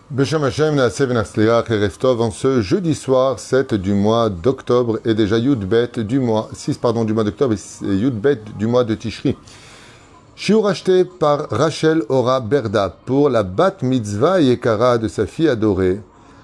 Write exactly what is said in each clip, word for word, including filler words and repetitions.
Beshem Hashem, Naaseh V'Natzliach, Erev Tov, en ce jeudi soir, sept du mois d'octobre, et déjà Yud Bet du mois, six pardon, du mois d'octobre, et Yud Bet du mois de Tishri. Shiur acheté par Rachel Ora Berda pour la Bat Mitzvah Yekara de sa fille adorée,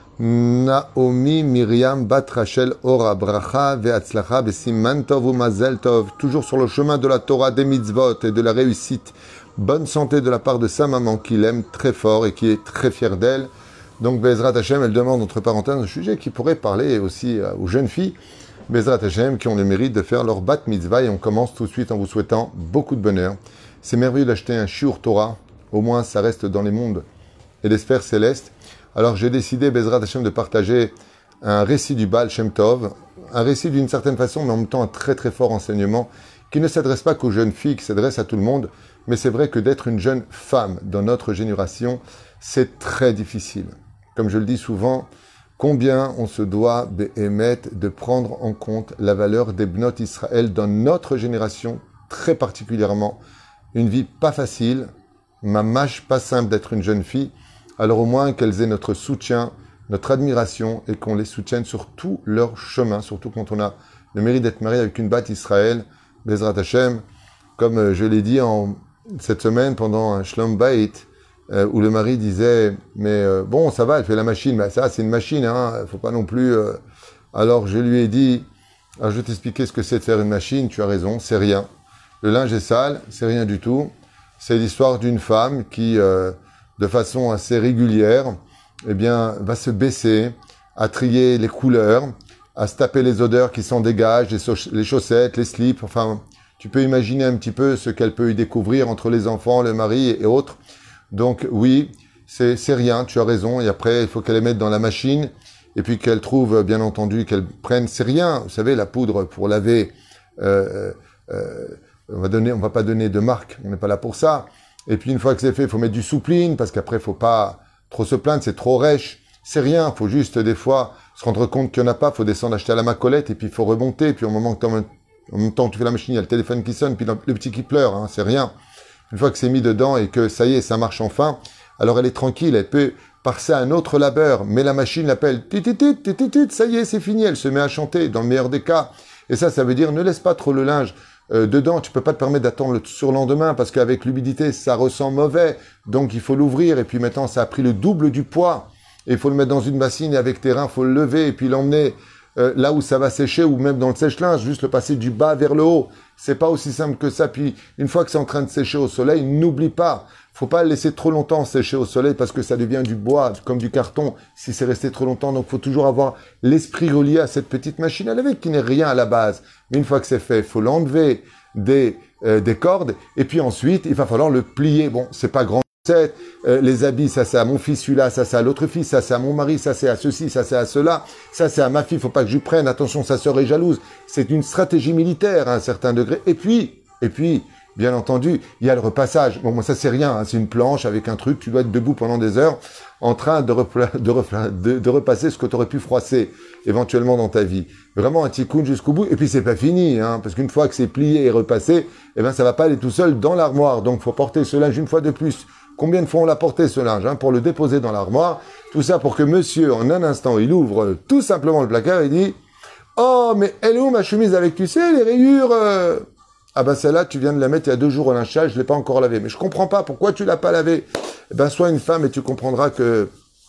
Naomi Miriam Bat Rachel Ora Bracha Ve'atzlacha Besiman Tov U'Mazel Tov, toujours sur le chemin de la Torah, des mitzvot et de la réussite. Bonne santé de la part de sa maman qui l'aime très fort et qui est très fière d'elle. Donc Bezrat Hashem, elle demande entre parenthèses un sujet qui pourrait parler aussi aux jeunes filles, Bezrat Hashem, qui ont le mérite de faire leur bat mitzvah. Et on commence tout de suite en vous souhaitant beaucoup de bonheur. C'est merveilleux d'acheter un shiur Torah, au moins ça reste dans les mondes et les sphères célestes. Alors j'ai décidé, Bezrat Hashem, de partager un récit du Baal Shem Tov, un récit d'une certaine façon, mais en même temps un très très fort enseignement, qui ne s'adresse pas qu'aux jeunes filles, qui s'adresse à tout le monde. Mais c'est vrai que d'être une jeune femme dans notre génération, c'est très difficile. Comme je le dis souvent, combien on se doit béhémet de prendre en compte la valeur des Bnot Israël dans notre génération, très particulièrement. Une vie pas facile, mamash pas simple d'être une jeune fille, alors au moins qu'elles aient notre soutien, notre admiration et qu'on les soutienne sur tout leur chemin, surtout quand on a le mérite d'être marié avec une Bat Israël, Bezrat Hashem, comme je l'ai dit en cette semaine pendant un Shlom Bait, euh, où le mari disait « Mais euh, bon, ça va, elle fait la machine. » Mais ça, c'est une machine, hein, faut pas non plus... Euh... Alors je lui ai dit « Alors je vais t'expliquer ce que c'est de faire une machine, tu as raison, c'est rien. Le linge est sale, c'est rien du tout. C'est l'histoire d'une femme qui, euh, de façon assez régulière, eh bien, va se baisser, à trier les couleurs, à se taper les odeurs qui s'en dégagent, les, so les chaussettes, les slips, enfin... Tu peux imaginer un petit peu ce qu'elle peut y découvrir entre les enfants, le mari et autres. Donc oui, c'est rien, tu as raison. Et après, il faut qu'elle les mette dans la machine et puis qu'elle trouve, bien entendu, qu'elle prenne. C'est rien, vous savez, la poudre pour laver. Euh, euh, on va donner, on va pas donner de marque, on n'est pas là pour ça. Et puis une fois que c'est fait, il faut mettre du soupline parce qu'après, il faut pas trop se plaindre, c'est trop rêche. C'est rien, il faut juste des fois se rendre compte qu'il n'y en a pas. Il faut descendre acheter à la macolette et puis il faut remonter. Et puis au moment que tu En même temps que tu fais la machine, il y a le téléphone qui sonne, puis le petit qui pleure, hein, c'est rien. Une fois que c'est mis dedans et que ça y est, ça marche enfin, alors elle est tranquille, elle peut passer à un autre labeur, mais la machine l'appelle, tititit, tititit, ça y est, c'est fini, elle se met à chanter, dans le meilleur des cas. Et ça, ça veut dire, ne laisse pas trop le linge euh, dedans, tu peux pas te permettre d'attendre le surlendemain, parce qu'avec l'humidité, ça ressent mauvais, donc il faut l'ouvrir, et puis maintenant, ça a pris le double du poids, et il faut le mettre dans une bassine, et avec tes reins, il faut le lever, et puis l'emmener Euh, là où ça va sécher, ou même dans le sèche-linge, juste le passer du bas vers le haut. C'est pas aussi simple que ça. Puis, une fois que c'est en train de sécher au soleil, n'oublie pas, faut pas le laisser trop longtemps sécher au soleil parce que ça devient du bois, comme du carton, si c'est resté trop longtemps. Donc, faut toujours avoir l'esprit relié à cette petite machine à laver qui n'est rien à la base. Mais une fois que c'est fait, faut l'enlever des, euh, des cordes. Et puis ensuite, il va falloir le plier. Bon, c'est pas grand. C'est, euh, les habits, ça c'est à mon fils, celui-là, ça c'est à l'autre fils, ça c'est à mon mari, ça c'est à ceci, ça c'est à cela, ça c'est à ma fille, faut pas que je lui prenne, attention, sa sœur est jalouse. C'est une stratégie militaire à un certain degré. Et puis, et puis, bien entendu, il y a le repassage. Bon, moi ça c'est rien, hein, c'est une planche avec un truc, tu dois être debout pendant des heures en train de, de, de, de repasser ce que tu aurais pu froisser éventuellement dans ta vie. Vraiment un tikkun jusqu'au bout. Et puis c'est pas fini, hein, parce qu'une fois que c'est plié et repassé, eh ben ça va pas aller tout seul dans l'armoire. Donc faut porter ce linge une fois de plus. Combien de fois on l'a porté ce linge hein, pour le déposer dans l'armoire? Tout ça pour que monsieur, en un instant, il ouvre tout simplement le placard et dit « Oh, mais elle est où ma chemise avec, tu sais, les rayures euh... ?» Ah ben celle-là, tu viens de la mettre il y a deux jours au linge sale, je l'ai pas encore lavée. Mais je comprends pas, pourquoi tu l'as pas lavée? Eh ben sois une femme et tu comprendras que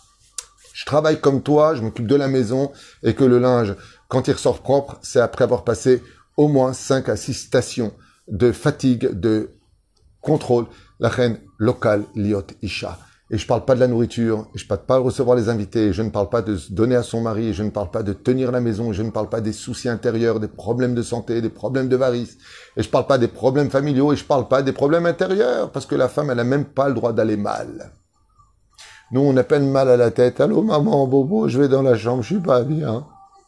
je travaille comme toi, je m'occupe de la maison et que le linge, quand il ressort propre, c'est après avoir passé au moins cinq à six stations de fatigue, de contrôle. La reine locale, liot isha. Et je parle pas de la nourriture, je parle pas de recevoir les invités, je ne parle pas de se donner à son mari, je ne parle pas de tenir la maison, je ne parle pas des soucis intérieurs, des problèmes de santé, des problèmes de varices. Et je parle pas des problèmes familiaux et je parle pas des problèmes intérieurs, parce que la femme, elle a même pas le droit d'aller mal. Nous, on a peine mal à la tête. Allô, maman, bobo, je vais dans la chambre, je suis pas bien.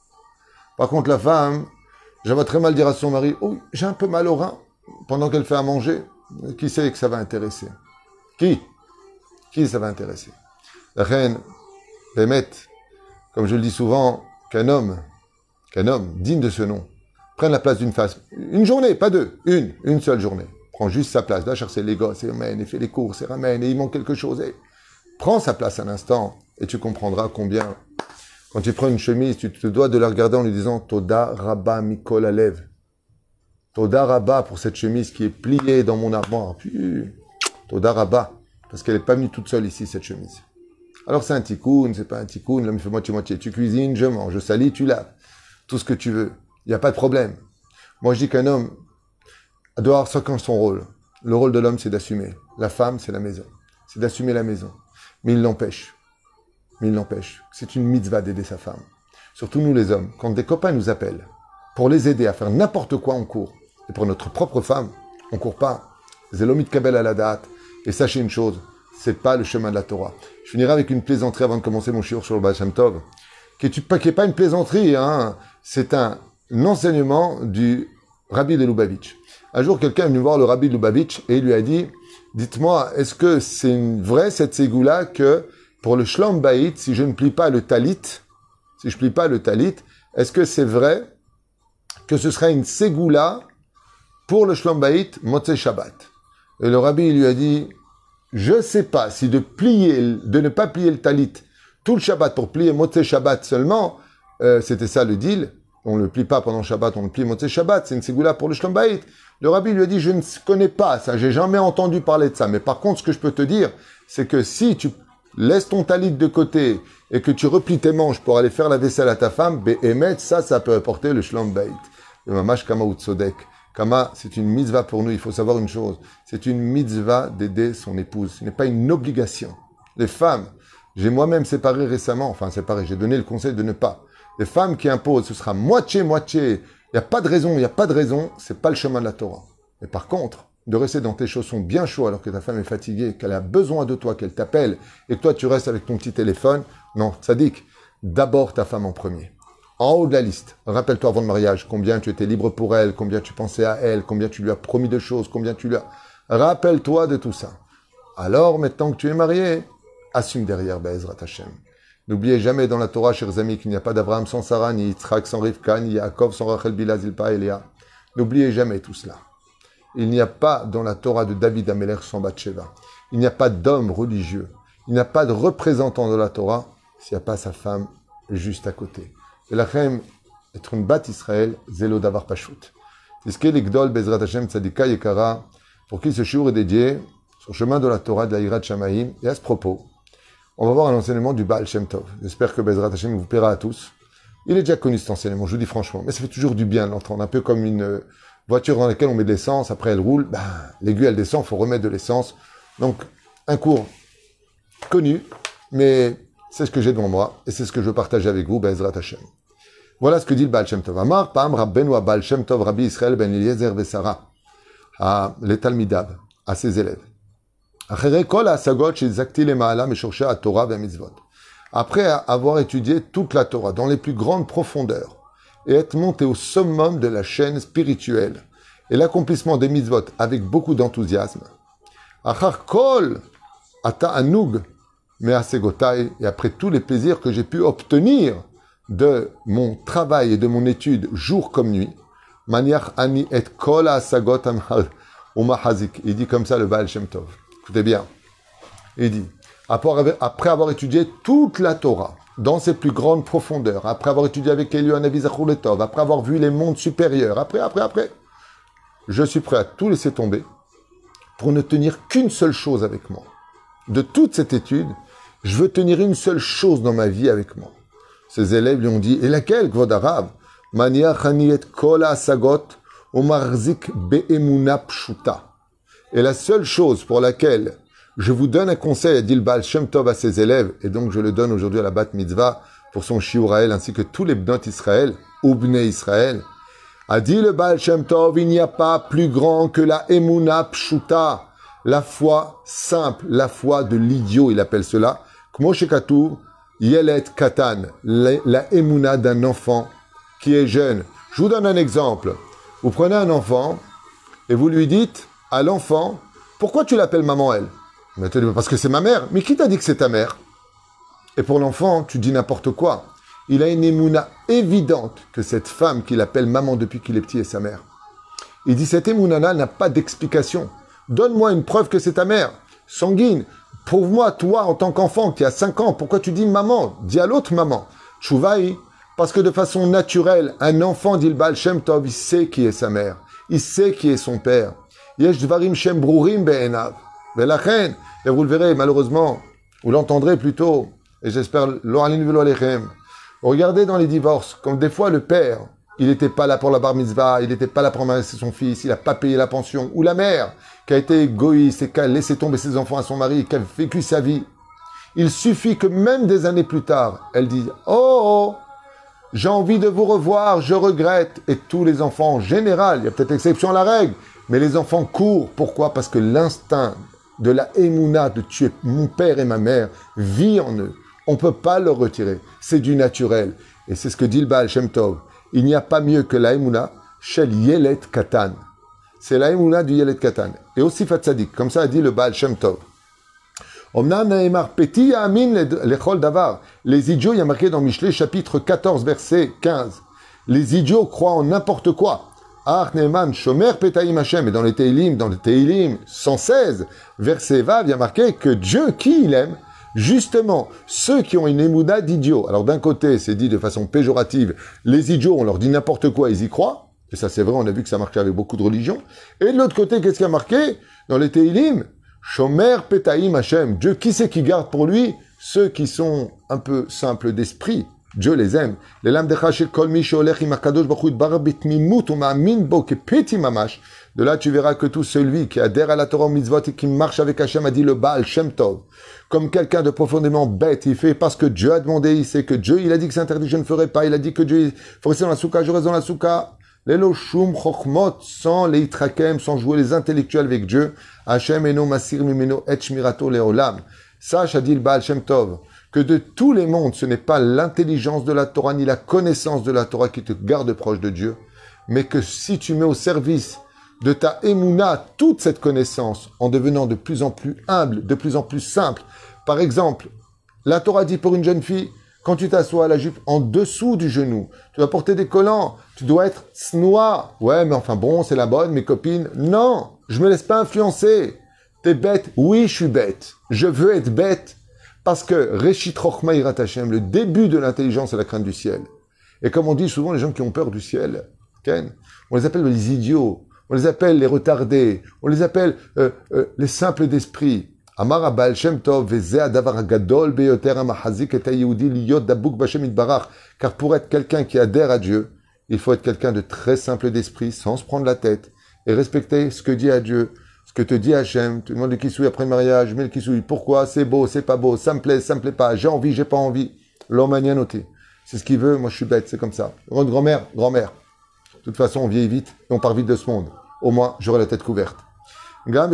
Par contre, la femme, j'avais très mal dire à son mari, oh, j'ai un peu mal au rein, pendant qu'elle fait à manger. Qui sait que ça va intéresser? Qui? Qui ça va intéresser? La reine, Bémet, comme je le dis souvent, qu'un homme, qu'un homme digne de ce nom, prenne la place d'une femme. Une journée, pas deux, une, une seule journée. Prend juste sa place, va chercher les gosses, et ramène, et fait les courses, et ramène, et il manque quelque chose. Et Prends sa place un instant et tu comprendras combien, quand tu prends une chemise, tu te dois de la regarder en lui disant Toda Rabba Mikol Alev. Toda Rabba pour cette chemise qui est pliée dans mon armoire. Puis, Toda Rabba, parce qu'elle n'est pas venue toute seule ici, cette chemise. Alors c'est un tikkun, c'est pas un tikkun, l'homme fait moitié-moitié. Tu cuisines, je mange, je salis, tu laves. Tout ce que tu veux. Il n'y a pas de problème. Moi, je dis qu'un homme doit avoir chacun son rôle. Le rôle de l'homme, c'est d'assumer. La femme, c'est la maison. C'est d'assumer la maison. Mais il l'empêche. Mais il l'empêche. C'est une mitzvah d'aider sa femme. Surtout nous les hommes. Quand des copains nous appellent pour les aider à faire n'importe quoi, on court. Et pour notre propre femme, on court pas. Zelomit kabel à la date. Et sachez une chose, c'est pas le chemin de la Torah. Je finirai avec une plaisanterie avant de commencer mon shiur sur le Baal Shem Tov. Qui n'est pas une plaisanterie, hein. C'est un enseignement du Rabbi de Lubavitch. Un jour, quelqu'un est venu voir le Rabbi de Lubavitch et il lui a dit, dites-moi, est-ce que c'est vrai cette ségoula que pour le Shlom Bayit, si je ne plie pas le talit, si je plie pas le talit, est-ce que c'est vrai que ce serait une ségoula pour le Shlom Bayit Motzei Shabbat? Et le Rabbi lui a dit, je sais pas si de plier, de ne pas plier le talit tout le Shabbat pour plier Motzei Shabbat seulement, euh, c'était ça le deal. On ne le plie pas pendant Shabbat, on le plie Motzei Shabbat, c'est une ségoula pour le Shlom Bayit. Le Rabbi lui a dit, je ne connais pas ça, j'ai jamais entendu parler de ça. Mais par contre, ce que je peux te dire, c'est que si tu laisses ton talit de côté et que tu replies tes manches pour aller faire la vaisselle à ta femme, Be'emet, ça, ça peut apporter le Shlom Bayit. Le Mamash Kama Utzodek. Kama, c'est une mitzvah pour nous, il faut savoir une chose. C'est une mitzvah d'aider son épouse. Ce n'est pas une obligation. Les femmes, j'ai moi-même séparé récemment, enfin séparé, j'ai donné le conseil de ne pas. Les femmes qui imposent, ce sera moitié-moitié. Il n'y a pas de raison, il n'y a pas de raison, c'est pas le chemin de la Torah. Mais par contre, de rester dans tes chaussons bien chauds alors que ta femme est fatiguée, qu'elle a besoin de toi, qu'elle t'appelle, et que toi tu restes avec ton petit téléphone, non, tzaddik, d'abord ta femme en premier. En haut de la liste, rappelle-toi avant le mariage, combien tu étais libre pour elle, combien tu pensais à elle, combien tu lui as promis de choses, combien tu lui as... Rappelle-toi de tout ça. Alors, maintenant que tu es marié, assume derrière Be'ezrat Hashem. N'oubliez jamais dans la Torah, chers amis, qu'il n'y a pas d'Abraham sans Sarah, ni Yitzhak sans Rivka, ni Yaakov sans Rachel, Bila, Zilpa et Léa. N'oubliez jamais tout cela. Il n'y a pas dans la Torah de David Améler sans Bathsheba. Il n'y a pas d'homme religieux. Il n'y a pas de représentant de la Torah s'il n'y a pas sa femme juste à côté. Et la Chem, être une bat Israël, zélo davar pashut. C'est ce qu'est l'Igdol Bezrat Hashem Tzadika Yekara, pour qui ce shiur est dédié sur le chemin de la Torah de la Hirat Shamaïm. Et à ce propos, on va voir un enseignement du Baal Shem Tov. J'espère que Bezrat Hashem vous plaira à tous. Il est déjà connu cet enseignement, je vous dis franchement, mais ça fait toujours du bien de l'entendre, un peu comme une voiture dans laquelle on met de l'essence, après elle roule, ben, l'aiguille elle descend, il faut remettre de l'essence. Donc, un cours connu, mais c'est ce que j'ai devant moi, et c'est ce que je veux partager avec vous, Bezrat Hashem. Voilà ce que dit le Baal Shem Tov. Amar Pam Rabbenu Baal Shem Tov Rabbi Israël ben Eliezer Vesara, à les Talmidav, à ses élèves. Après avoir étudié toute la Torah dans les plus grandes profondeurs et être monté au summum de la chaîne spirituelle et l'accomplissement des mitzvot avec beaucoup d'enthousiasme, Achar kol ata anug me'asegotai, et après tous les plaisirs que j'ai pu obtenir de mon travail et de mon étude jour comme nuit, maniach ani et kol asagot umahazik. Il dit comme ça le Baal Shem Tov. Écoutez bien. Il dit, après avoir étudié toute la Torah, dans ses plus grandes profondeurs, après avoir étudié avec Eliyahu Hanavi Zachor Letov, après avoir vu les mondes supérieurs, après, après, après, je suis prêt à tout laisser tomber pour ne tenir qu'une seule chose avec moi. De toute cette étude, je veux tenir une seule chose dans ma vie avec moi. Ses élèves lui ont dit, et laquelle, Kvod Arav? Mania chaniet kol asagot umarzik be'emuna pshuta. Et la seule chose pour laquelle je vous donne un conseil, a dit le Baal Shem Tov à ses élèves, et donc je le donne aujourd'hui à la Bat Mitzvah pour son Shiur Ha'el, ainsi que tous les Bnot Israël, ou Bnei Israël, a dit le Baal Shem Tov, il n'y a pas plus grand que la Emuna Pshuta, la foi simple, la foi de l'idiot, il appelle cela, Kmo Shekatuv, Yelet Katan, la Emuna d'un enfant qui est jeune. Je vous donne un exemple. Vous prenez un enfant et vous lui dites à l'enfant, pourquoi tu l'appelles maman elle? Mais parce que c'est ma mère. Mais qui t'a dit que c'est ta mère? Et pour l'enfant, tu dis n'importe quoi. Il a une émouna évidente que cette femme qu'il appelle maman depuis qu'il est petit est sa mère. Il dit, cette émouna-là n'a pas d'explication. Donne-moi une preuve que c'est ta mère. Sanguine. Prouve-moi, toi, en tant qu'enfant qui a cinq ans, pourquoi tu dis maman? Dis à l'autre maman. Tchouvaï, parce que de façon naturelle, un enfant, dit le Baal Shem Tov, il sait qui est sa mère. Il sait qui est son père. Yesh dvarim shem brurim be'enav. Velachen, et vous le verrez, malheureusement, vous l'entendrez plutôt, et j'espère, lo alinu velo alechem. Regardez dans les divorces, comme des fois le père, il n'était pas là pour la bar mitzvah, il n'était pas là pour marier son fils, il n'a pas payé la pension, ou la mère, qui a été égoïste et qui a laissé tomber ses enfants à son mari, qui a vécu sa vie. Il suffit que même des années plus tard, elle dise « Oh, oh, j'ai envie de vous revoir, je regrette ». Et tous les enfants, en général, il y a peut-être exception à la règle, mais les enfants courent. Pourquoi? Parce que l'instinct de la émouna de tuer mon père et ma mère vit en eux. On ne peut pas le retirer. C'est du naturel. Et c'est ce que dit le Baal Shem Tov. Il n'y a pas mieux que la émouna shel yelet katan. C'est la émouna du yelet katan. Et aussi fatsadik. Comme ça a dit le Baal Shem Tov. Les idiots, il y a marqué dans Michelet, chapitre quatorze, verset quinze. Les idiots croient en n'importe quoi. Ach Neeman, Shomer Petayim Hashem. Et dans les Teilim, dans le Teilim cent seize, verset Vav, il y a marqué que Dieu, qui il aime, justement, ceux qui ont une émouda d'idiots. Alors d'un côté, c'est dit de façon péjorative, les idiots, on leur dit n'importe quoi, ils y croient. Et ça, c'est vrai, on a vu que ça marchait avec beaucoup de religions. Et de l'autre côté, qu'est-ce qu'il y a marqué dans les Teilim? Shomer Petayim Hashem. Dieu, qui c'est qui garde pour lui? Ceux qui sont un peu simples d'esprit. Dieu les aime. Les lames de Chachel Kol Mi Sholech Im HaKadosh Baruch Hu Yitbarach B'tmimut U'ma'amin Bo Kepeti Mamash. De là, tu verras que tout celui qui adhère à la Torah mitzvot et qui marche avec Hashem, a dit le Baal Shem Tov, comme quelqu'un de profondément bête, il fait parce que Dieu a demandé, il sait que Dieu, il a dit que c'est interdit, je ne ferai pas, il a dit que Dieu, il faut rester dans la soukha, je reste dans la soukha. L'élo shum chokhmot, sans les itrakem, sans jouer les intellectuels avec Dieu. Hashem eno masir mimeno et shmirato leolam. Sache, a dit le Baal Shem Tov, que de tous les mondes, ce n'est pas l'intelligence de la Torah ni la connaissance de la Torah qui te garde proche de Dieu, mais que si tu mets au service de ta émouna toute cette connaissance en devenant de plus en plus humble, de plus en plus simple. Par exemple, la Torah dit pour une jeune fille, quand tu t'assois à la jupe en dessous du genou, tu dois porter des collants, tu dois être snois. Ouais, mais enfin bon, c'est la bonne, mes copines. Non, je me laisse pas influencer. T'es bête? Oui, je suis bête. Je veux être bête parce que Reshit Rochma Yirat Hashem, le début de l'intelligence, c'est la crainte du ciel. Et comme on dit souvent, les gens qui ont peur du ciel, Ken, on les appelle les idiots. On les appelle les retardés, on les appelle euh, euh, les simples d'esprit. Amar Baal Shem Tov veze adavar gadol beyoter amahazik et ayehudi liyot dabuk b'Hashem yitbarach. Car pour être quelqu'un qui adhère à Dieu, il faut être quelqu'un de très simple d'esprit, sans se prendre la tête, et respecter ce que dit à Dieu, ce que te dit Hachem. Tu demandes le kissoui après le mariage, mais le kissoui, pourquoi? C'est beau, c'est pas beau, ça me plaît, ça me plaît pas, j'ai envie, j'ai pas envie. L'homme a noté. C'est ce qu'il veut, moi je suis bête, c'est comme ça. Grand-mère, grand-mère. De toute façon, on vieillit vite et on part vite de ce monde. Au moins, j'aurai la tête couverte. Car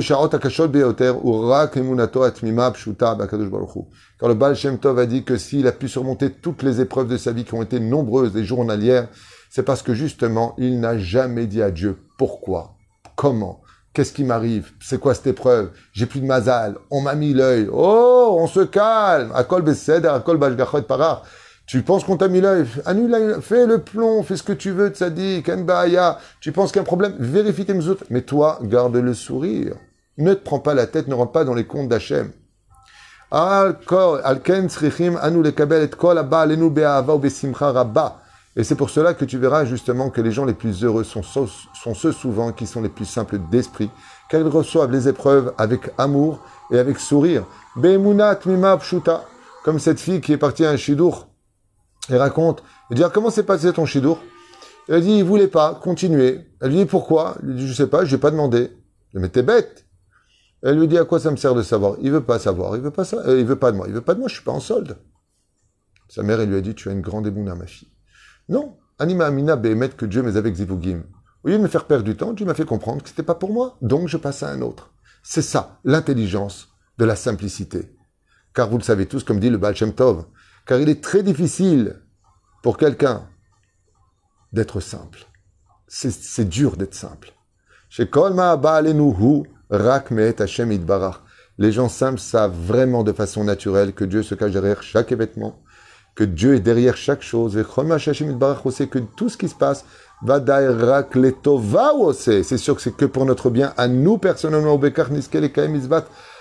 le Baal Shem Tov a dit que s'il a pu surmonter toutes les épreuves de sa vie qui ont été nombreuses et journalières, c'est parce que justement, il n'a jamais dit à Dieu pourquoi, comment, qu'est-ce qui m'arrive, c'est quoi cette épreuve, j'ai plus de mazal, on m'a mis l'œil, oh, on se calme, Akol Beseder, Akol Bashgachot Parar. Tu penses qu'on t'a mis l'œil, annule, fais le plomb, fais ce que tu veux, tzaddik, Kanbaaya. Tu penses qu'il y a un problème, vérifie tes mezoutres. Mais toi, garde le sourire. Ne te prends pas la tête, ne rentre pas dans les comptes d'Hachem. Et c'est pour cela que tu verras justement que les gens les plus heureux sont, sont ceux souvent qui sont les plus simples d'esprit, car ils reçoivent les épreuves avec amour et avec sourire. Comme cette fille qui est partie à un shidour. Elle raconte, elle dit, ah, comment s'est passé ton chidour? Elle dit, il voulait pas continuer. Elle lui dit, pourquoi? Il dit, je sais pas, je n'ai pas demandé. Elle dit, mais t'es bête. Elle lui dit, à quoi ça me sert de savoir? Il veut pas savoir, il veut pas ça, euh, il veut pas de moi, il veut pas de moi, je suis pas en solde. Sa mère, elle lui a dit, tu as une grande émouna, ma fille. Non, Anima Amina Behemet, que Dieu m'ait avec Zivugim. Au lieu de me faire perdre du temps, Dieu m'a fait comprendre que c'était pas pour moi, donc je passe à un autre. C'est ça, l'intelligence de la simplicité. Car vous le savez tous, comme dit le Baal Shem Tov, car il est très difficile pour quelqu'un d'être simple. C'est, c'est dur d'être simple. Chez Kolma Ba'alenuhu Rak Me'et Hashem Yitbarach. Les gens simples savent vraiment de façon naturelle que Dieu se cache derrière chaque événement, que Dieu est derrière chaque chose. Et Kolma Hashem Yitbarach aussi, que tout ce qui se passe va Rak Letova aussi. C'est sûr que c'est que pour notre bien, à nous personnellement, au Bekar Niskel et Kaim Izvat,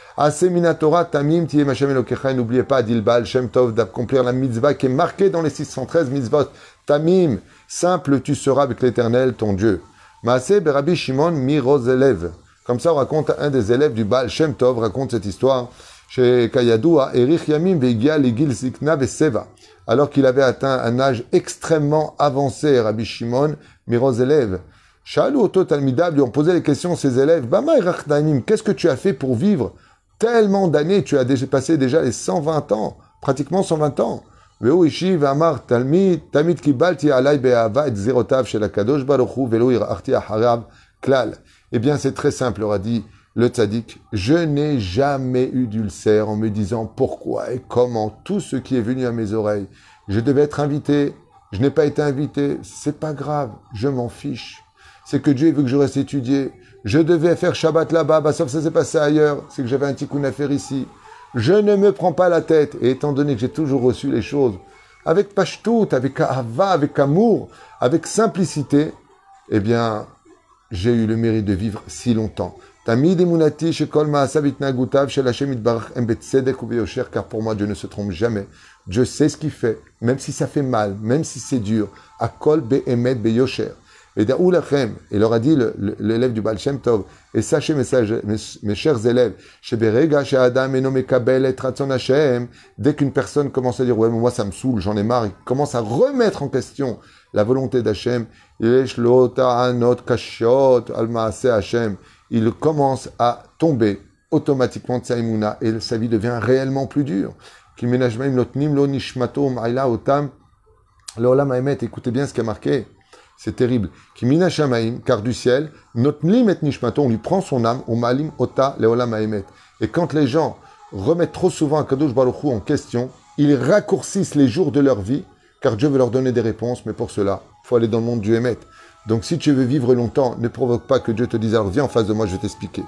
Ase minatora tamim tiyem Hashem Elokecha. N'oubliez pas, dit le Baal Shem Tov, d'accomplir la mitzvah qui est marquée dans les six cent treize mitzvot. Tamim, simple, tu seras avec l'Éternel, ton Dieu. Maaseh Berabi Shimon Mirozelev. Comme ça, on raconte, un des élèves du Baal Shem Tov raconte cette histoire. Chez Kayadoua, Erich Yamim Vegia Legil Zikna Veseva. Alors qu'il avait atteint un âge extrêmement avancé, Rabbi Shimon Mirozelev. Shalou Oto Talmidab lui ont posé les questions, ses élèves. Bama Erach Daimim, qu'est-ce que tu as fait pour vivre tellement d'années? Tu as déjà passé déjà les cent vingt ans, pratiquement cent vingt ans. Veu Ishi Vamar Talmid, Tamid Kibalti Alay Be'ava et Zerotav chez la Kadosh Baruch Hu Velo Irachti Aharav Klal. Eh bien, c'est très simple, leur a dit le tzaddik. Je n'ai jamais eu d'ulcère en me disant pourquoi et comment tout ce qui est venu à mes oreilles. Je devais être invité, je n'ai pas été invité, c'est pas grave, je m'en fiche. C'est que Dieu veut que je reste étudié. Je devais faire Shabbat là-bas, bah, sauf que ça s'est passé ailleurs, c'est que j'avais un tikkun à faire ici. Je ne me prends pas la tête, et étant donné que j'ai toujours reçu les choses avec pashtout, avec ahava, avec amour, avec simplicité, eh bien, j'ai eu le mérite de vivre si longtemps. Tamid emunati shekol ma'asav itnagutav shel Hashem yitbarach em betzedek u'beyosher, car pour moi Dieu ne se trompe jamais. Dieu sait ce qu'il fait, même si ça fait mal, même si c'est dur. Akol be'emet beyosher. Et da'ou lachem, et leur a dit le, le, l'élève du Baal Shem Tov, et sachez mes, mes, mes chers élèves, sheberega she'adam eno mekabel et ratzon Hashem, dès qu'une personne commence à dire ouais mais moi ça me saoule, j'en ai marre, il commence à remettre en question la volonté d'Hachem, yesh lo ta'anot kashiot al ma'aseh Hashem, il commence à tomber automatiquement de sa imuna et sa vie devient réellement plus dure. Ki menajmaim lotnim lo nishmato ma'ila otam le'olam ha'emet. Écoutez bien ce qui a marqué. C'est terrible. Ki mina shamaim, car du ciel, notnim et nishmato, on lui prend son âme, on malim ota le'olam ha'emet. Et quand les gens remettent trop souvent Kadosh Baruch Hu en question, ils raccourcissent les jours de leur vie, car Dieu veut leur donner des réponses, mais pour cela, il faut aller dans le monde du Hémet. Donc si tu veux vivre longtemps, ne provoque pas que Dieu te dise, alors viens en face de moi, je vais t'expliquer.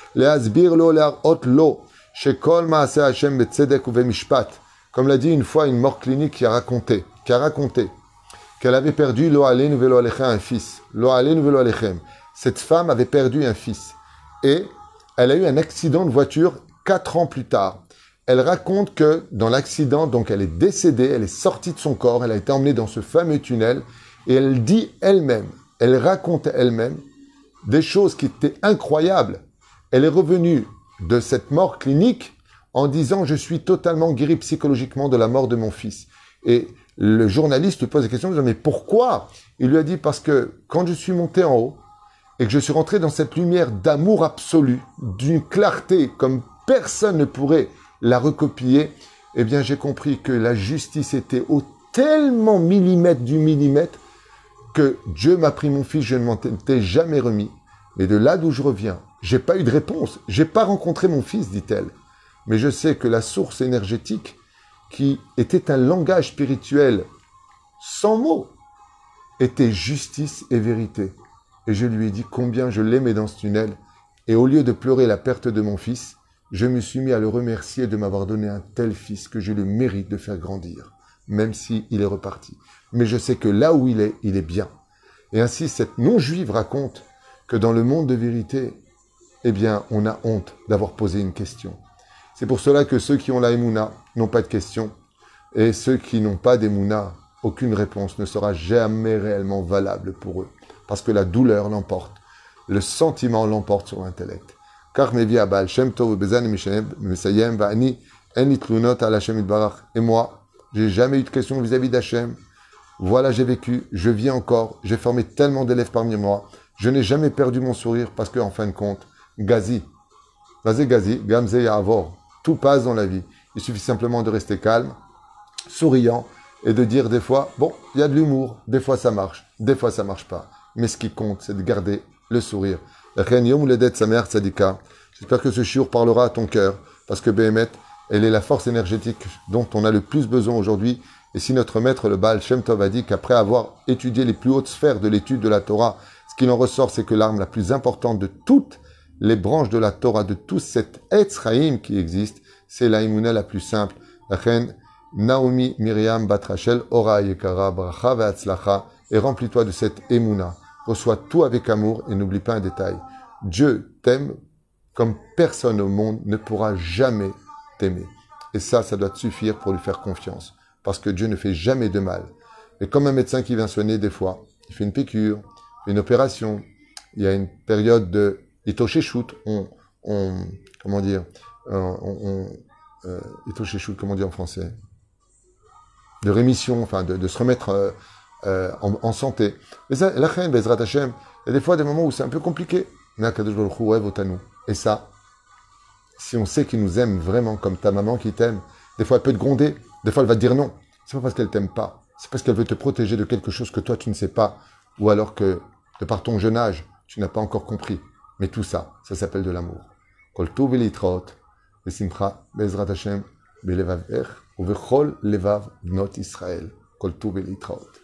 Comme l'a dit une fois une mort clinique qui a raconté, qui a raconté qu'elle avait perdu lo aleinu velo alechem, un fils. Lo aleinu velo alechem. Cette femme avait perdu un fils. Et elle a eu un accident de voiture quatre ans plus tard. Elle raconte que dans l'accident, donc elle est décédée, elle est sortie de son corps, elle a été emmenée dans ce fameux tunnel, et elle dit elle-même, elle raconte elle-même des choses qui étaient incroyables. Elle est revenue de cette mort clinique en disant « Je suis totalement guérie psychologiquement de la mort de mon fils ». Et le journaliste lui pose la question, « Mais pourquoi ?» Il lui a dit « Parce que quand je suis monté en haut et que je suis rentré dans cette lumière d'amour absolu, d'une clarté comme personne ne pourrait la recopier, eh bien j'ai compris que la justice était au tellement millimètre du millimètre que Dieu m'a pris mon fils, je ne m'en étais jamais remis. Mais de là d'où je reviens, j'ai pas eu de réponse. J'ai pas rencontré mon fils, dit-elle. Mais je sais que la source énergétique, qui était un langage spirituel sans mots, était justice et vérité. Et je lui ai dit combien je l'aimais dans ce tunnel. Et au lieu de pleurer la perte de mon fils, je me suis mis à le remercier de m'avoir donné un tel fils que j'ai le mérite de faire grandir, même s'il est reparti. Mais je sais que là où il est, il est bien. Et ainsi, cette non-juive raconte que dans le monde de vérité, eh bien, on a honte d'avoir posé une question. C'est pour cela que ceux qui ont la Emouna n'ont pas de question, et ceux qui n'ont pas d'Emouna, aucune réponse ne sera jamais réellement valable pour eux, parce que la douleur l'emporte, le sentiment l'emporte sur l'intellect. Car me via Baal Shem Tov bezan mesayem va'ani en itlunot al Hashem itbarach. Et moi, j'ai jamais eu de questions vis-à-vis d'Hachem. Voilà, j'ai vécu, je vis encore, j'ai formé tellement d'élèves parmi moi, je n'ai jamais perdu mon sourire parce que, en fin de compte, Gazi, Gazi Gazi, Gamze Ya'avor, tout passe dans la vie. Il suffit simplement de rester calme, souriant et de dire des fois, bon, il y a de l'humour, des fois ça marche, des fois ça marche pas. Mais ce qui compte, c'est de garder le sourire. J'espère que ce shiur parlera à ton cœur, parce que Béhémet, elle est la force énergétique dont on a le plus besoin aujourd'hui. Et si notre maître, le Baal Shem Tov, a dit qu'après avoir étudié les plus hautes sphères de l'étude de la Torah, ce qu'il en ressort, c'est que l'arme la plus importante de toutes les branches de la Torah, de tout cet Etz Chaim qui existe, c'est la Emouna la plus simple. La reine Naomi Miriam Bat Rachel, Ora Yekara Bracha Ve'atzlacha, et remplis-toi de cette Emouna. Reçois tout avec amour et n'oublie pas un détail. Dieu t'aime comme personne au monde ne pourra jamais t'aimer. Et ça, ça doit te suffire pour lui faire confiance. Parce que Dieu ne fait jamais de mal. Et comme un médecin qui vient soigner des fois, il fait une piqûre, une opération, il y a une période de itoshéchout, on, on, comment dire, on, on, euh, itoshéchout, comment dire en français, de rémission, enfin de, de se remettre euh, euh, en, en santé. Mais ça, la reine, Bezrat Hashem, il y a des fois des moments où c'est un peu compliqué. Mais Akadosh Baruch Hu ohev otanu. Et ça, si on sait qu'il nous aime vraiment comme ta maman qui t'aime, des fois elle peut te gronder, des fois elle va te dire non. C'est pas parce qu'elle t'aime pas, c'est parce qu'elle veut te protéger de quelque chose que toi tu ne sais pas, ou alors que, de par ton jeune âge, tu n'as pas encore compris. Mais tout ça, ça s'appelle de l'amour. Kol tu v'litraot, v'simcha, be'ezrat Hashem, be'levav ech, u'vechol levav bnot Israël. Kol tu v'litraot.